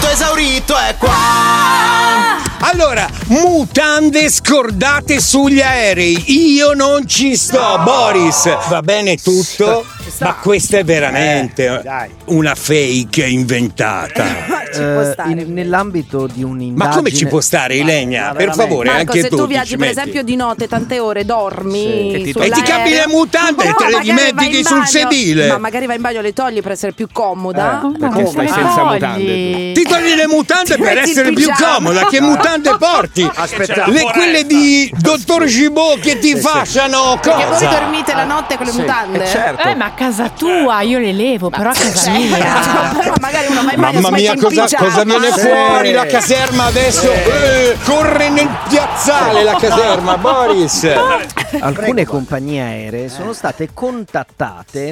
esaurito è qua. Allora, mutande scordate sugli aerei, io non ci sto. Boris, va bene tutto, ma questa è veramente una fake inventata. Ci può stare. Nell'ambito di un'indagine. Ma come ci può stare, Ilenia? Per favore, Marco, anche se tu viaggi per metti. esempio di notte tante ore, dormi E ti cambi le mutande e te le dimentichi sul sedile. Ma magari vai in bagno, le togli per essere più comoda. Perché stai senza mutande tu? Ti togli le mutande Ti per metti essere il più pigiama. comoda. Che mutande porti? Aspetta. Quelle di Dottor Gibault che ti fasciano Perché voi cosa? dormite la notte con le mutande? Certo. Ma a casa tua io le levo, però a casa mia. Però magari uno va in bagno, Mamma si mia, mette in pigiama. cosa viene fuori? La caserma adesso corre nel piazzale la caserma, Boris. Alcune compagnie aeree sono state contattate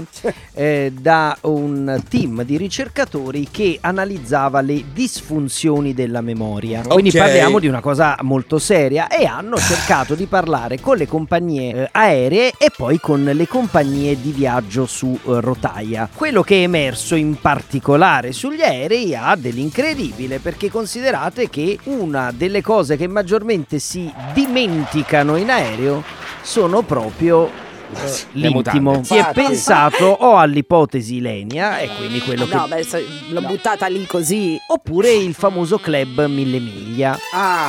da un team di ricercatori che analizzava le disfunzioni della memoria. Quindi Ok. parliamo di una cosa molto seria e hanno cercato di parlare con le compagnie aeree e poi con le compagnie di viaggio su rotaia. Quello che è emerso in particolare sugli aerei ha dell'incredibile, perché considerate che una delle cose che maggiormente si dimenticano in aereo sono proprio l'intimo. mutande. Si è pensato o all'ipotesi Ilenia, e quindi quello che No, beh, l'ho buttata lì così. oppure il famoso club 1000 miglia.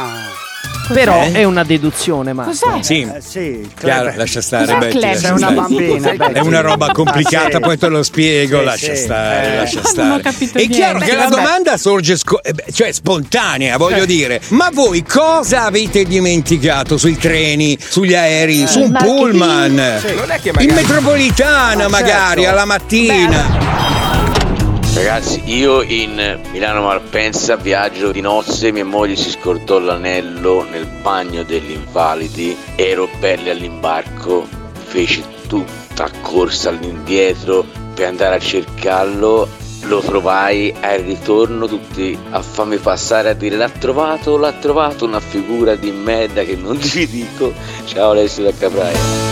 Cos'è? Però è una deduzione, ma Cos'è? Sì, Sì, chiaro, lascia stare, Cos'è Betty, club? lascia È una stare. bambina, Betty. È una roba complicata, Sì. poi te lo spiego, Sì, lascia sì. stare, lascia Non stare. ho capito È niente. chiaro che la Vabbè. domanda sorge cioè spontanea, voglio dire. Ma voi cosa avete dimenticato sui treni, sugli aerei, su un pullman? Non è che In magari metropolitana magari, certo. alla mattina. Ragazzi, io in Milano Malpensa viaggio di nozze, mia moglie si scordò l'anello nel bagno degli invalidi, ero belli all'imbarco, feci tutta corsa all'indietro per andare a cercarlo, lo trovai al ritorno, tutti a farmi passare a dire l'ha trovato, una figura di merda che non ti dico. Ciao Alessio da Capraia.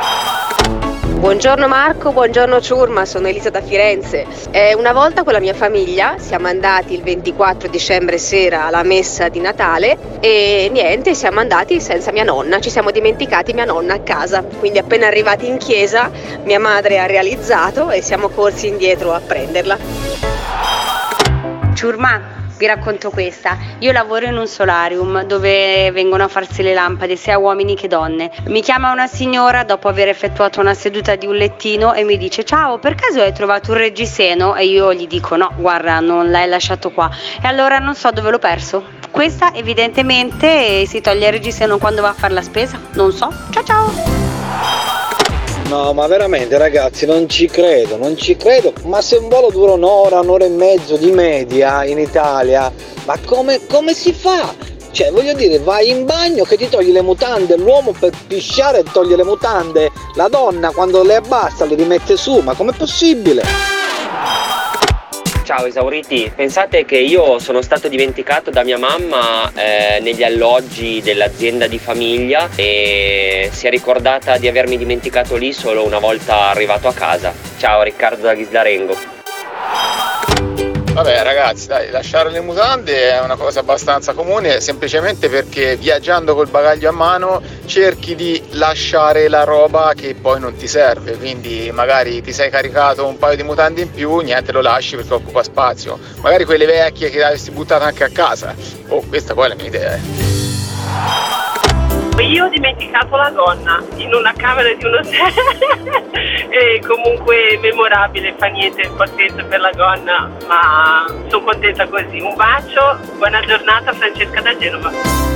Buongiorno Marco, buongiorno Ciurma, sono Elisa da Firenze. Una volta con la mia famiglia siamo andati il 24 dicembre sera alla messa di Natale e niente, siamo andati senza mia nonna, ci siamo dimenticati mia nonna a casa, quindi appena arrivati in chiesa mia madre ha realizzato e siamo corsi indietro a prenderla. Ciurma, vi racconto questa. Io lavoro in un solarium dove vengono a farsi le lampade sia uomini che donne. Mi chiama una signora dopo aver effettuato una seduta di un lettino e mi dice: ciao, per caso hai trovato un reggiseno? E io gli dico: no, guarda, non l'hai lasciato qua. E allora non so dove l'ho perso. Questa evidentemente si toglie il reggiseno quando va a fare la spesa. Non so. Ciao ciao. No, ma veramente ragazzi, non ci credo, ma se un volo dura un'ora e mezzo di media in Italia, ma come si fa? Cioè, voglio dire, vai in bagno che ti togli le mutande, l'uomo per pisciare toglie le mutande, la donna quando le abbassa le rimette su, ma com'è possibile? Ciao esauriti, pensate che io sono stato dimenticato da mia mamma negli alloggi dell'azienda di famiglia e si è ricordata di avermi dimenticato lì solo una volta arrivato a casa. Ciao, Riccardo da Ghisdarengo. Vabbè ragazzi, dai, lasciare le mutande è una cosa abbastanza comune, semplicemente perché viaggiando col bagaglio a mano cerchi di lasciare la roba che poi non ti serve, quindi magari ti sei caricato un paio di mutande in più, niente, lo lasci perché occupa spazio, magari quelle vecchie che avresti buttato anche a casa. Questa poi è la mia idea. Io ho dimenticato la donna in una camera di un hotel e comunque memorabile, fa niente, pazienza per la donna, ma sono contenta così. Un bacio, buona giornata, Francesca da Genova.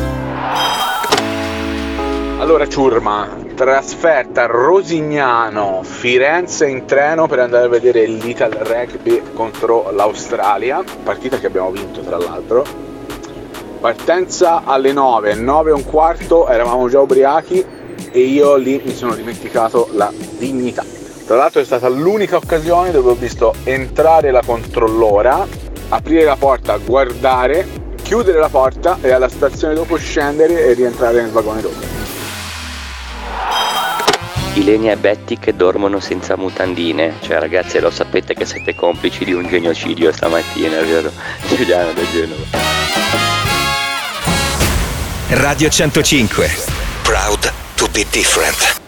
Allora Ciurma, trasferta a Rosignano, Firenze in treno per andare a vedere l'Ital Rugby contro l'Australia, partita che abbiamo vinto tra l'altro. Partenza alle 9:15, eravamo già ubriachi e io lì mi sono dimenticato la dignità. Tra l'altro è stata l'unica occasione dove ho visto entrare la controllora, aprire la porta, guardare, chiudere la porta e alla stazione dopo scendere e rientrare nel vagone dopo. Ilenia e Betty che dormono senza mutandine. Cioè ragazze, lo sapete che siete complici di un genocidio stamattina, vero? Giuliano da Genova. Radio 105. Proud to be different.